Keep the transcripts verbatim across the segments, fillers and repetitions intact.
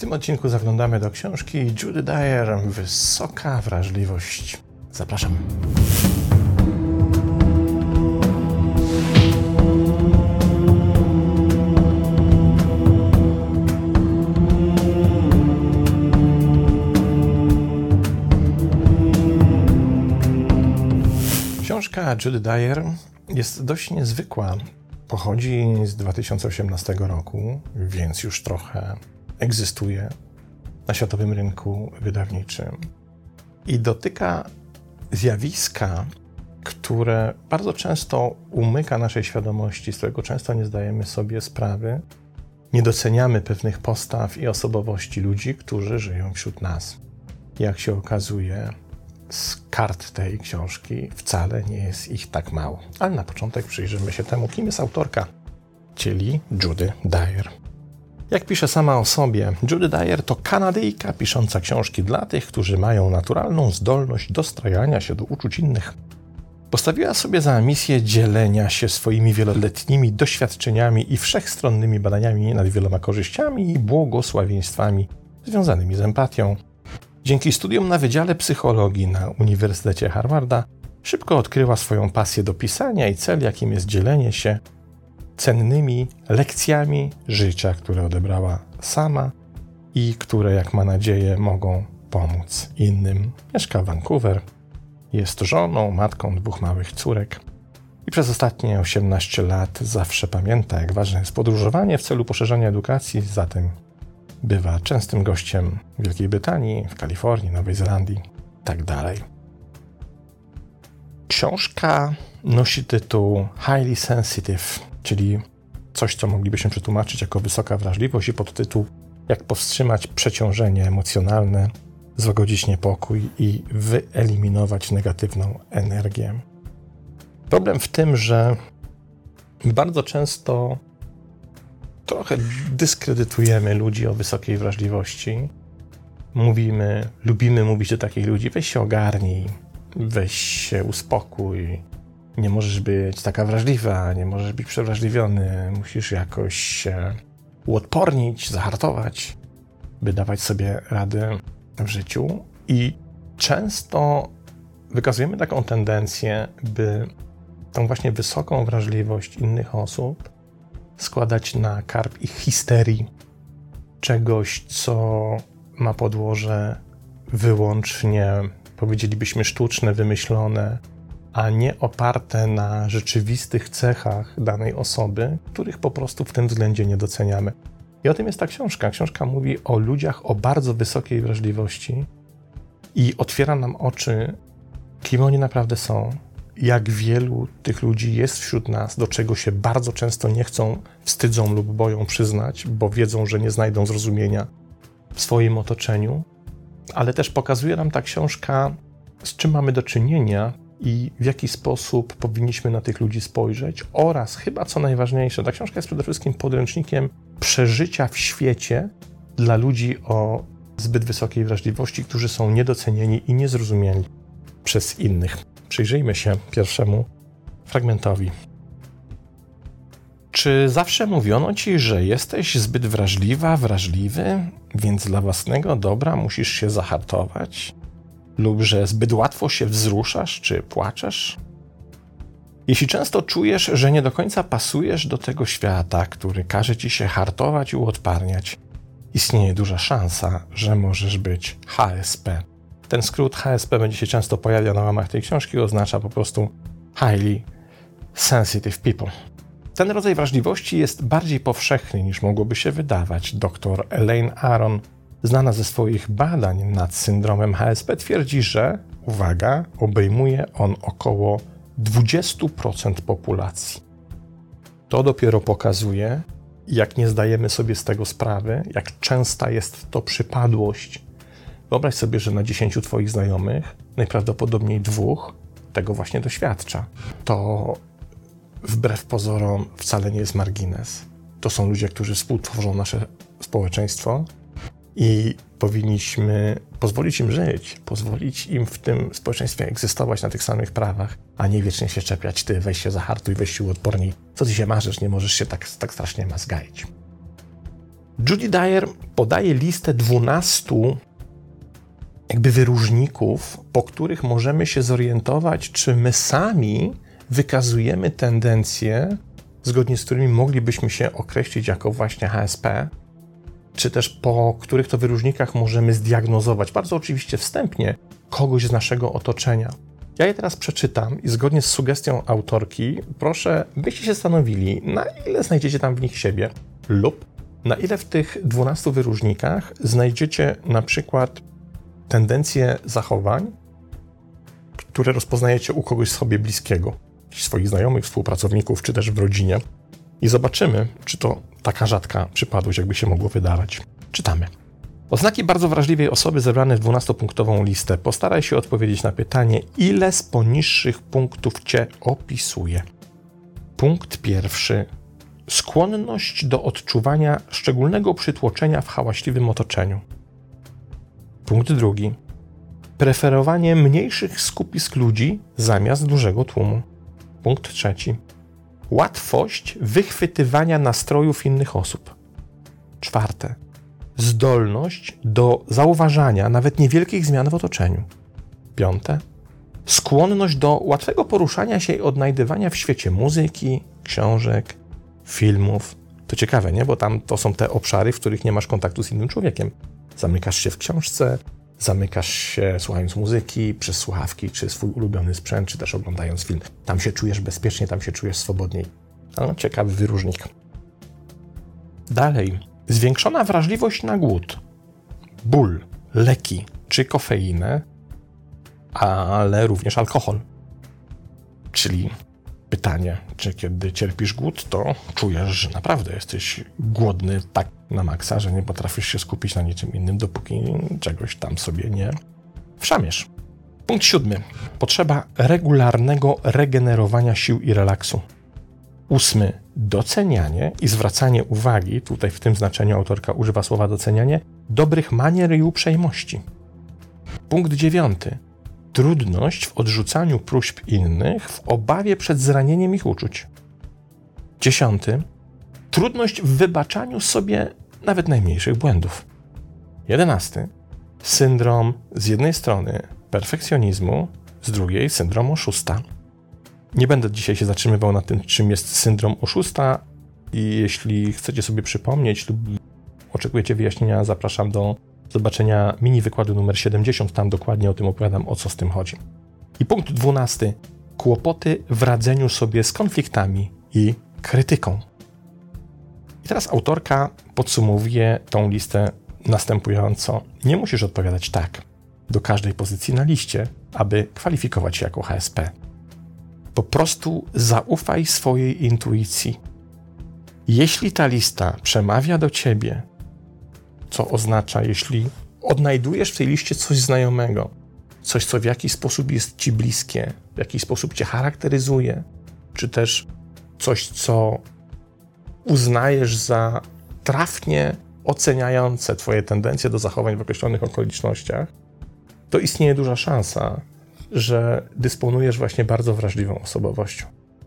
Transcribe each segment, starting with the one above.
tym odcinku zaglądamy do książki Judy Dyer Wysoka wrażliwość. Zapraszam. Książka Judy Dyer jest dość niezwykła. Pochodzi z dwa tysiące osiemnastego roku, więc już trochę egzystuje na światowym rynku wydawniczym. I dotyka zjawiska, które bardzo często umyka naszej świadomości, z którego często nie zdajemy sobie sprawy. Nie doceniamy pewnych postaw i osobowości ludzi, którzy żyją wśród nas. Jak się okazuje, z kart tej książki wcale nie jest ich tak mało. Ale na początek przyjrzymy się temu, kim jest autorka, czyli Judy Dyer. Jak pisze sama o sobie, Judy Dyer to Kanadyjka pisząca książki dla tych, którzy mają naturalną zdolność dostrajania się do uczuć innych. Postawiła sobie za misję dzielenia się swoimi wieloletnimi doświadczeniami i wszechstronnymi badaniami nad wieloma korzyściami i błogosławieństwami związanymi z empatią. Dzięki studium na Wydziale Psychologii na Uniwersytecie Harvarda szybko odkryła swoją pasję do pisania i cel, jakim jest dzielenie się cennymi lekcjami życia, które odebrała sama i które, jak ma nadzieję, mogą pomóc innym. Mieszka w Vancouver, jest żoną, matką dwóch małych córek i przez ostatnie osiemnaście lat zawsze pamięta, jak ważne jest podróżowanie w celu poszerzania edukacji, zatem bywa częstym gościem w Wielkiej Brytanii, w Kalifornii, Nowej Zelandii itd. Książka nosi tytuł Highly Sensitive, czyli coś, co moglibyśmy przetłumaczyć jako wysoka wrażliwość i podtytuł Jak powstrzymać przeciążenie emocjonalne, złagodzić niepokój i wyeliminować negatywną energię. Problem w tym, że bardzo często trochę dyskredytujemy ludzi o wysokiej wrażliwości. Mówimy, lubimy mówić do takich ludzi, weź się ogarnij, weź się uspokój, nie możesz być taka wrażliwa, nie możesz być przewrażliwiony, musisz jakoś się uodpornić, zahartować, by dawać sobie radę w życiu. I często wykazujemy taką tendencję, by tą właśnie wysoką wrażliwość innych osób składać na karb ich histerii, czegoś, co ma podłoże wyłącznie, powiedzielibyśmy, sztuczne, wymyślone, a nie oparte na rzeczywistych cechach danej osoby, których po prostu w tym względzie nie doceniamy. I o tym jest ta książka. Książka mówi o ludziach o bardzo wysokiej wrażliwości i otwiera nam oczy, kim oni naprawdę są, jak wielu tych ludzi jest wśród nas, do czego się bardzo często nie chcą, wstydzą lub boją przyznać, bo wiedzą, że nie znajdą zrozumienia w swoim otoczeniu, ale też pokazuje nam ta książka, z czym mamy do czynienia i w jaki sposób powinniśmy na tych ludzi spojrzeć oraz, chyba co najważniejsze, ta książka jest przede wszystkim podręcznikiem przeżycia w świecie dla ludzi o zbyt wysokiej wrażliwości, którzy są niedocenieni i niezrozumieni przez innych. Przyjrzyjmy się pierwszemu fragmentowi. Czy zawsze mówiono ci, że jesteś zbyt wrażliwa, wrażliwy, więc dla własnego dobra musisz się zahartować? Lub że zbyt łatwo się wzruszasz czy płaczesz? Jeśli często czujesz, że nie do końca pasujesz do tego świata, który każe ci się hartować i uodparniać, istnieje duża szansa, że możesz być H S P. Ten skrót H S P będzie się często pojawiał na łamach tej książki, oznacza po prostu Highly Sensitive People. Ten rodzaj wrażliwości jest bardziej powszechny niż mogłoby się wydawać. Doktor Elaine Aron, znana ze swoich badań nad syndromem H S P, twierdzi, że, uwaga, obejmuje on około dwadzieścia procent populacji. To dopiero pokazuje, jak nie zdajemy sobie z tego sprawy, jak częsta jest to przypadłość. Wyobraź sobie, że na dziesięciu twoich znajomych najprawdopodobniej dwóch tego właśnie doświadcza. To wbrew pozorom wcale nie jest margines. To są ludzie, którzy współtworzą nasze społeczeństwo i powinniśmy pozwolić im żyć, pozwolić im w tym społeczeństwie egzystować na tych samych prawach, a nie wiecznie się czepiać, ty weź się zahartuj, weź się uodpornij. Co ty się marzysz, nie możesz się tak, tak strasznie mazgaić. Judy Dyer podaje listę dwunastu jakby wyróżników, po których możemy się zorientować, czy my sami wykazujemy tendencje, zgodnie z którymi moglibyśmy się określić jako właśnie H S P, czy też po których to wyróżnikach możemy zdiagnozować, bardzo oczywiście wstępnie, kogoś z naszego otoczenia. Ja je teraz przeczytam i zgodnie z sugestią autorki proszę, byście się zastanowili, na ile znajdziecie tam w nich siebie lub na ile w tych dwunastu wyróżnikach znajdziecie na przykład tendencje zachowań, które rozpoznajecie u kogoś sobie bliskiego, swoich znajomych, współpracowników, czy też w rodzinie. I zobaczymy, czy to taka rzadka przypadłość, jakby się mogło wydawać. Czytamy. Oznaki bardzo wrażliwej osoby zebrane w dwunastopunktową listę. Postaraj się odpowiedzieć na pytanie, ile z poniższych punktów Cię opisuje. Punkt pierwszy. Skłonność do odczuwania szczególnego przytłoczenia w hałaśliwym otoczeniu. Punkt drugi. Preferowanie mniejszych skupisk ludzi zamiast dużego tłumu. Punkt trzeci. Łatwość wychwytywania nastrojów innych osób. Czwarte. Zdolność do zauważania nawet niewielkich zmian w otoczeniu. Piąte. Skłonność do łatwego poruszania się i odnajdywania w świecie muzyki, książek, filmów. To ciekawe, nie? Bo tam to są te obszary, w których nie masz kontaktu z innym człowiekiem. Zamykasz się w książce, zamykasz się słuchając muzyki, przez słuchawki, czy swój ulubiony sprzęt, czy też oglądając film. Tam się czujesz bezpiecznie, tam się czujesz swobodniej. No, ciekawy wyróżnik. Dalej. Zwiększona wrażliwość na głód, ból, leki czy kofeinę, ale również alkohol. Czyli pytanie, czy kiedy cierpisz głód, to czujesz, że naprawdę jesteś głodny tak na maksa, że nie potrafisz się skupić na niczym innym, dopóki czegoś tam sobie nie wszamiesz. Punkt siódmy. Potrzeba regularnego regenerowania sił i relaksu. Ósmy. Docenianie i zwracanie uwagi, tutaj w tym znaczeniu autorka używa słowa docenianie, dobrych manier i uprzejmości. Punkt dziewiąty. Trudność w odrzucaniu próśb innych w obawie przed zranieniem ich uczuć. Dziesiąty. Trudność w wybaczaniu sobie nawet najmniejszych błędów. Jedenasty. Syndrom z jednej strony perfekcjonizmu, z drugiej syndrom oszusta. Nie będę dzisiaj się zatrzymywał na tym, czym jest syndrom oszusta i jeśli chcecie sobie przypomnieć lub oczekujecie wyjaśnienia, zapraszam do zobaczenia mini wykładu numer siedemdziesiąt, tam dokładnie o tym opowiadam, o co z tym chodzi. I punkt dwunasty. Kłopoty w radzeniu sobie z konfliktami i krytyką. I teraz autorka podsumowuje tą listę następująco. Nie musisz odpowiadać tak do każdej pozycji na liście, aby kwalifikować się jako H S P. Po prostu zaufaj swojej intuicji. Jeśli ta lista przemawia do ciebie, co oznacza, jeśli odnajdujesz w tej liście coś znajomego, coś, co w jakiś sposób jest ci bliskie, w jakiś sposób cię charakteryzuje, czy też coś, co uznajesz za trafnie oceniające twoje tendencje do zachowań w określonych okolicznościach, to istnieje duża szansa, że dysponujesz właśnie bardzo wrażliwą osobowością.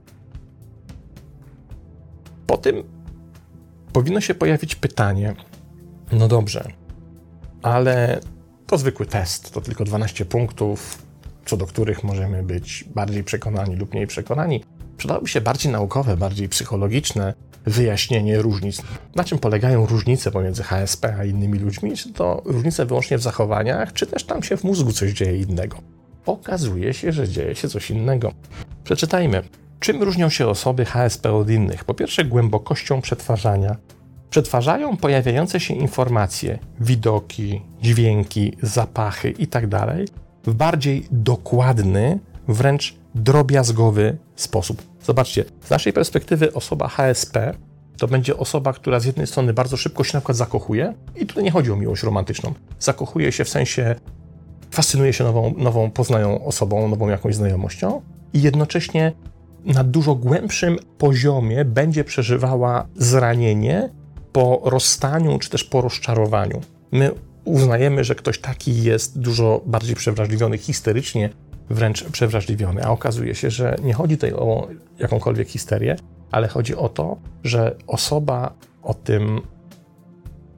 Po tym powinno się pojawić pytanie, no dobrze, ale to zwykły test, to tylko dwanaście punktów, co do których możemy być bardziej przekonani lub mniej przekonani. Przydałoby się bardziej naukowe, bardziej psychologiczne wyjaśnienie różnic. Na czym polegają różnice pomiędzy H S P a innymi ludźmi? Czy to różnice wyłącznie w zachowaniach, czy też tam się w mózgu coś dzieje innego? Okazuje się, że dzieje się coś innego. Przeczytajmy. Czym różnią się osoby H S P od innych? Po pierwsze, głębokością przetwarzania. Przetwarzają pojawiające się informacje, widoki, dźwięki, zapachy itd. w bardziej dokładny, wręcz drobiazgowy sposób. Zobaczcie, z naszej perspektywy osoba H S P to będzie osoba, która z jednej strony bardzo szybko się na przykład zakochuje i tutaj nie chodzi o miłość romantyczną. Zakochuje się w sensie fascynuje się nową, nową poznają osobą, nową jakąś znajomością i jednocześnie na dużo głębszym poziomie będzie przeżywała zranienie po rozstaniu czy też po rozczarowaniu. My uznajemy, że ktoś taki jest dużo bardziej przewrażliwiony, histerycznie wręcz przewrażliwiony, a okazuje się, że nie chodzi tutaj o jakąkolwiek histerię, ale chodzi o to, że osoba o tym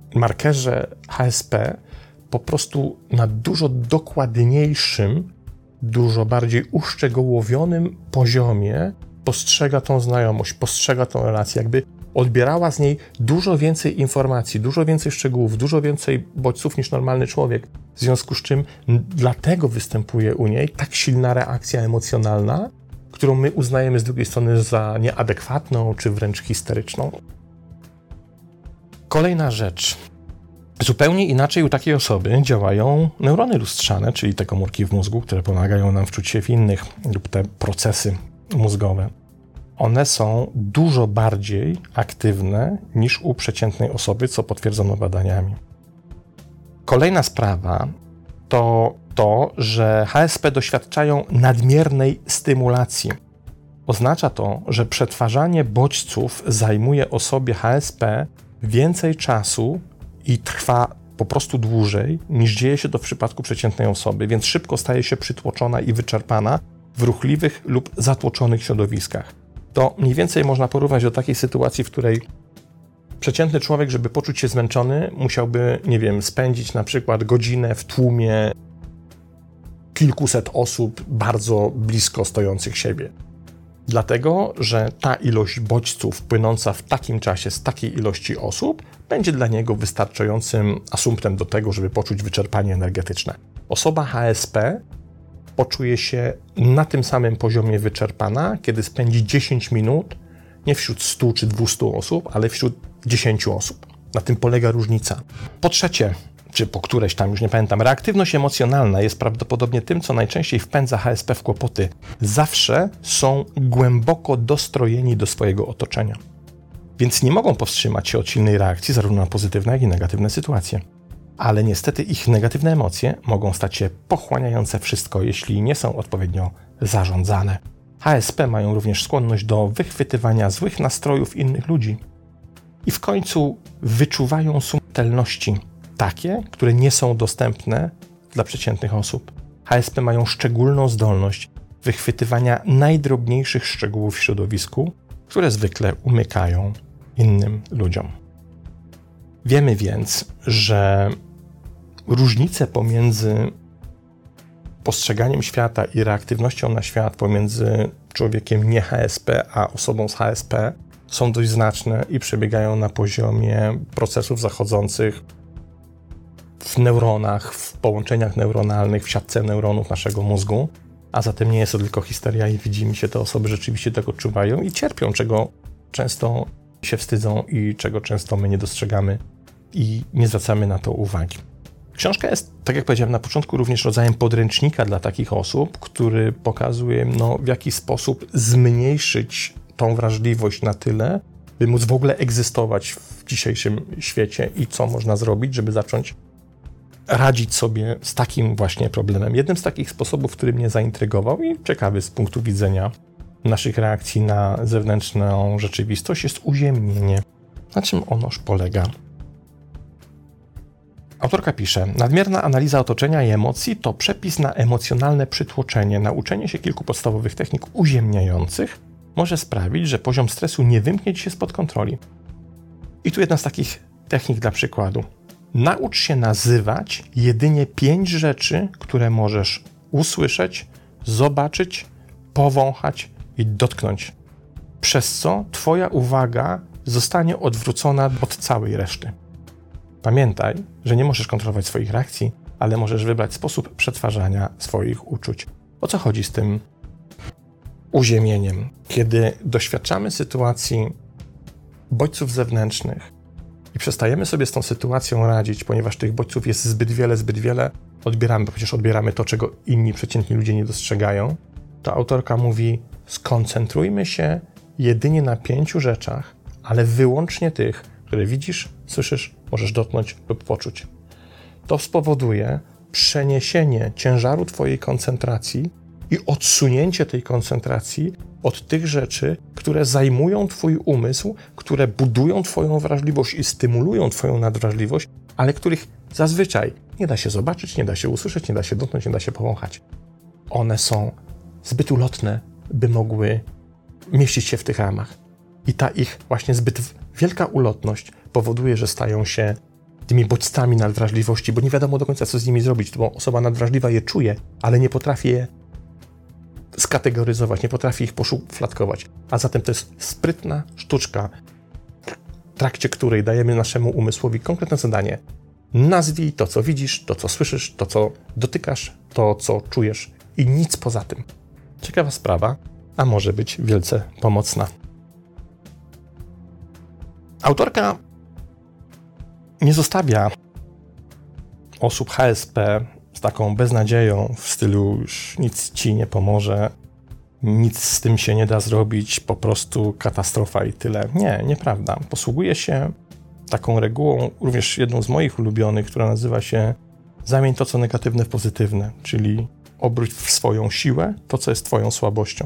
markerze H S P po prostu na dużo dokładniejszym, dużo bardziej uszczegółowionym poziomie postrzega tą znajomość, postrzega tą relację, jakby odbierała z niej dużo więcej informacji, dużo więcej szczegółów, dużo więcej bodźców niż normalny człowiek. W związku z czym dlatego występuje u niej tak silna reakcja emocjonalna, którą my uznajemy z drugiej strony za nieadekwatną czy wręcz histeryczną. Kolejna rzecz. Zupełnie inaczej u takiej osoby działają neurony lustrzane, czyli te komórki w mózgu, które pomagają nam wczuć się w innych lub te procesy mózgowe. One są dużo bardziej aktywne niż u przeciętnej osoby, co potwierdzono badaniami. Kolejna sprawa to to, że H S P doświadczają nadmiernej stymulacji. Oznacza to, że przetwarzanie bodźców zajmuje osobie H S P więcej czasu i trwa po prostu dłużej, niż dzieje się to w przypadku przeciętnej osoby, więc szybko staje się przytłoczona i wyczerpana w ruchliwych lub zatłoczonych środowiskach. To mniej więcej można porównać do takiej sytuacji, w której przeciętny człowiek, żeby poczuć się zmęczony, musiałby, nie wiem, spędzić na przykład godzinę w tłumie kilkuset osób bardzo blisko stojących siebie. Dlatego, że ta ilość bodźców płynąca w takim czasie z takiej ilości osób będzie dla niego wystarczającym asumptem do tego, żeby poczuć wyczerpanie energetyczne. Osoba H S P poczuje się na tym samym poziomie wyczerpana, kiedy spędzi dziesięć minut nie wśród stu czy dwustu osób, ale wśród dziesięciu osób. Na tym polega różnica. Po trzecie, czy po któreś tam, już nie pamiętam, reaktywność emocjonalna jest prawdopodobnie tym, co najczęściej wpędza H S P w kłopoty. Zawsze są głęboko dostrojeni do swojego otoczenia. Więc nie mogą powstrzymać się od silnej reakcji zarówno na pozytywne, jak i negatywne sytuacje. Ale niestety ich negatywne emocje mogą stać się pochłaniające wszystko, jeśli nie są odpowiednio zarządzane. H S P mają również skłonność do wychwytywania złych nastrojów innych ludzi. I w końcu wyczuwają subtelności, takie, które nie są dostępne dla przeciętnych osób. H S P mają szczególną zdolność wychwytywania najdrobniejszych szczegółów w środowisku, które zwykle umykają innym ludziom. Wiemy więc, że różnice pomiędzy postrzeganiem świata i reaktywnością na świat pomiędzy człowiekiem nie H S P a osobą z H S P są dość znaczne i przebiegają na poziomie procesów zachodzących w neuronach, w połączeniach neuronalnych, w siatce neuronów naszego mózgu, a zatem nie jest to tylko histeria i widzimy się, te osoby rzeczywiście tego odczuwają i cierpią, czego często się wstydzą i czego często my nie dostrzegamy i nie zwracamy na to uwagi. Książka jest, tak jak powiedziałem na początku, również rodzajem podręcznika dla takich osób, który pokazuje, no, w jaki sposób zmniejszyć tą wrażliwość na tyle, by móc w ogóle egzystować w dzisiejszym świecie i co można zrobić, żeby zacząć radzić sobie z takim właśnie problemem. Jednym z takich sposobów, który mnie zaintrygował i ciekawy z punktu widzenia naszych reakcji na zewnętrzną rzeczywistość, jest uziemnienie. Na czym onoż polega? Autorka pisze, nadmierna analiza otoczenia i emocji to przepis na emocjonalne przytłoczenie. Nauczenie się kilku podstawowych technik uziemniających może sprawić, że poziom stresu nie wymknie ci się spod kontroli. I tu jedna z takich technik dla przykładu. Naucz się nazywać jedynie pięć rzeczy, które możesz usłyszeć, zobaczyć, powąchać i dotknąć. Przez co twoja uwaga zostanie odwrócona od całej reszty. Pamiętaj, że nie możesz kontrolować swoich reakcji, ale możesz wybrać sposób przetwarzania swoich uczuć. O co chodzi z tym uziemieniem? Kiedy doświadczamy sytuacji bodźców zewnętrznych i przestajemy sobie z tą sytuacją radzić, ponieważ tych bodźców jest zbyt wiele, zbyt wiele, odbieramy, bo przecież odbieramy to, czego inni przeciętni ludzie nie dostrzegają, to autorka mówi, skoncentrujmy się jedynie na pięciu rzeczach, ale wyłącznie tych, które widzisz, słyszysz, możesz dotknąć lub poczuć. To spowoduje przeniesienie ciężaru twojej koncentracji i odsunięcie tej koncentracji od tych rzeczy, które zajmują twój umysł, które budują twoją wrażliwość i stymulują twoją nadwrażliwość, ale których zazwyczaj nie da się zobaczyć, nie da się usłyszeć, nie da się dotknąć, nie da się powąchać. One są zbyt ulotne, by mogły mieścić się w tych ramach. I ta ich właśnie zbyt wielka ulotność powoduje, że stają się tymi bodźcami nadwrażliwości, bo nie wiadomo do końca, co z nimi zrobić, bo osoba nadwrażliwa je czuje, ale nie potrafi je skategoryzować, nie potrafi ich poszufladkować. A zatem to jest sprytna sztuczka, w trakcie której dajemy naszemu umysłowi konkretne zadanie. Nazwij to, co widzisz, to, co słyszysz, to, co dotykasz, to, co czujesz i nic poza tym. Ciekawa sprawa, a może być wielce pomocna. Autorka nie zostawia osób H S P z taką beznadzieją w stylu już nic ci nie pomoże, nic z tym się nie da zrobić, po prostu katastrofa i tyle. Nie, nieprawda. Posługuje się taką regułą, również jedną z moich ulubionych, która nazywa się zamień to, co negatywne w pozytywne, czyli obróć w swoją siłę to, co jest twoją słabością.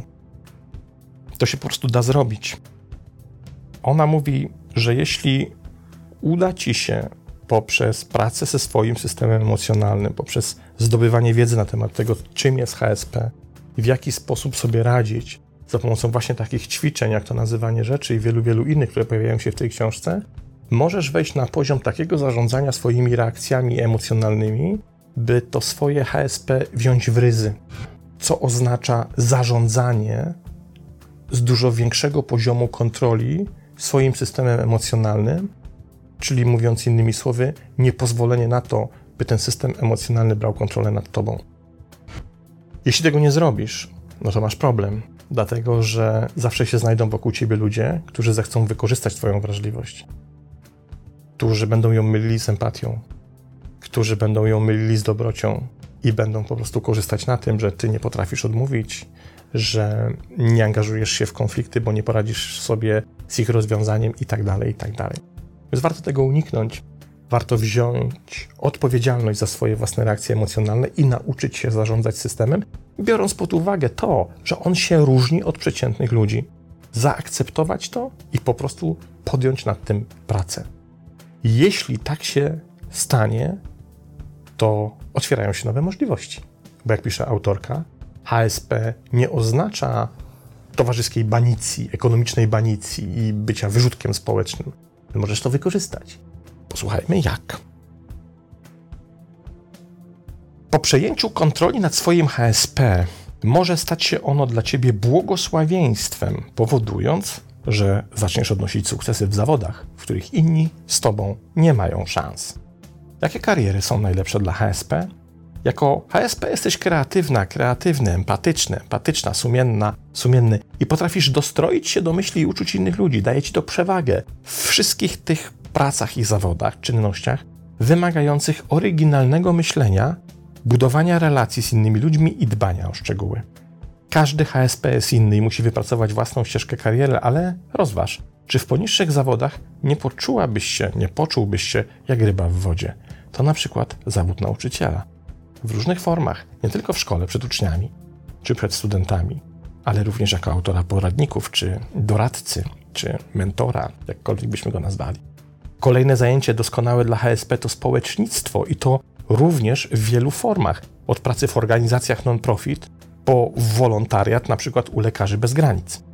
To się po prostu da zrobić. Ona mówi, że jeśli uda ci się poprzez pracę ze swoim systemem emocjonalnym, poprzez zdobywanie wiedzy na temat tego, czym jest H S P i w jaki sposób sobie radzić za pomocą właśnie takich ćwiczeń, jak to nazywanie rzeczy i wielu, wielu innych, które pojawiają się w tej książce, możesz wejść na poziom takiego zarządzania swoimi reakcjami emocjonalnymi, by to swoje H S P wziąć w ryzy, co oznacza zarządzanie z dużo większego poziomu kontroli swoim systemem emocjonalnym, czyli mówiąc innymi słowy, niepozwolenie na to, by ten system emocjonalny brał kontrolę nad tobą. Jeśli tego nie zrobisz, no to masz problem, dlatego że zawsze się znajdą wokół ciebie ludzie, którzy zechcą wykorzystać twoją wrażliwość, którzy będą ją mylili z empatią, którzy będą ją mylili z dobrocią i będą po prostu korzystać na tym, że ty nie potrafisz odmówić, że nie angażujesz się w konflikty, bo nie poradzisz sobie z ich rozwiązaniem i tak dalej, i tak dalej. Więc warto tego uniknąć. Warto wziąć odpowiedzialność za swoje własne reakcje emocjonalne i nauczyć się zarządzać systemem, biorąc pod uwagę to, że on się różni od przeciętnych ludzi. Zaakceptować to i po prostu podjąć nad tym pracę. Jeśli tak się stanie, to otwierają się nowe możliwości. Bo jak pisze autorka, H S P nie oznacza towarzyskiej banicji, ekonomicznej banicji i bycia wyrzutkiem społecznym. Możesz to wykorzystać. Posłuchajmy jak. Po przejęciu kontroli nad swoim H S P może stać się ono dla ciebie błogosławieństwem, powodując, że zaczniesz odnosić sukcesy w zawodach, w których inni z tobą nie mają szans. Jakie kariery są najlepsze dla H S P? Jako H S P jesteś kreatywna, kreatywny, empatyczny, empatyczna, sumienna, sumienny i potrafisz dostroić się do myśli i uczuć innych ludzi. Daje ci to przewagę w wszystkich tych pracach i zawodach, czynnościach wymagających oryginalnego myślenia, budowania relacji z innymi ludźmi i dbania o szczegóły. Każdy H S P jest inny i musi wypracować własną ścieżkę kariery, ale rozważ, czy w poniższych zawodach nie poczułabyś się, nie poczułbyś się jak ryba w wodzie. To na przykład zawód nauczyciela. W różnych formach, nie tylko w szkole przed uczniami, czy przed studentami, ale również jako autora poradników, czy doradcy, czy mentora, jakkolwiek byśmy go nazwali. Kolejne zajęcie doskonałe dla H S P to społecznictwo i to również w wielu formach, od pracy w organizacjach non-profit po wolontariat, na przykład u Lekarzy Bez Granic.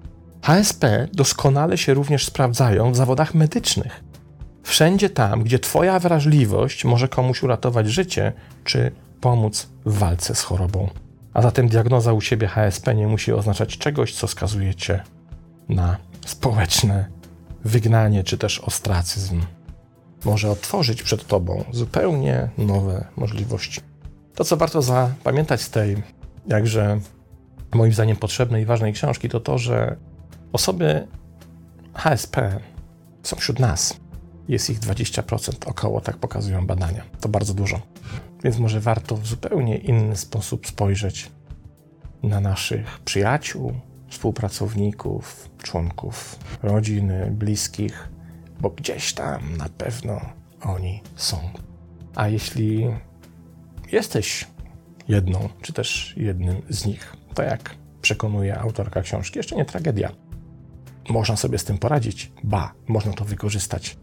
H S P doskonale się również sprawdzają w zawodach medycznych. Wszędzie tam, gdzie twoja wrażliwość może komuś uratować życie, czy pomóc w walce z chorobą. A zatem diagnoza u siebie H S P nie musi oznaczać czegoś, co skazuje cię na społeczne wygnanie, czy też ostracyzm. Może otworzyć przed tobą zupełnie nowe możliwości. To, co warto zapamiętać z tej, jakże moim zdaniem potrzebnej i ważnej książki, to to, że osoby H S P są wśród nas. Jest ich dwadzieścia procent około, tak pokazują badania. To bardzo dużo. Więc może warto w zupełnie inny sposób spojrzeć na naszych przyjaciół, współpracowników, członków rodziny, bliskich, bo gdzieś tam na pewno oni są. A jeśli jesteś jedną, czy też jednym z nich, to jak przekonuje autorka książki, jeszcze nie tragedia. Można sobie z tym poradzić, ba, można to wykorzystać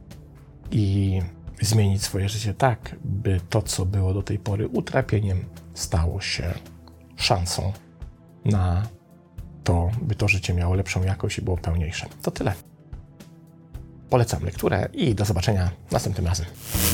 i zmienić swoje życie tak, by to, co było do tej pory utrapieniem, stało się szansą na to, by to życie miało lepszą jakość i było pełniejsze. To tyle. Polecam lekturę i do zobaczenia następnym razem.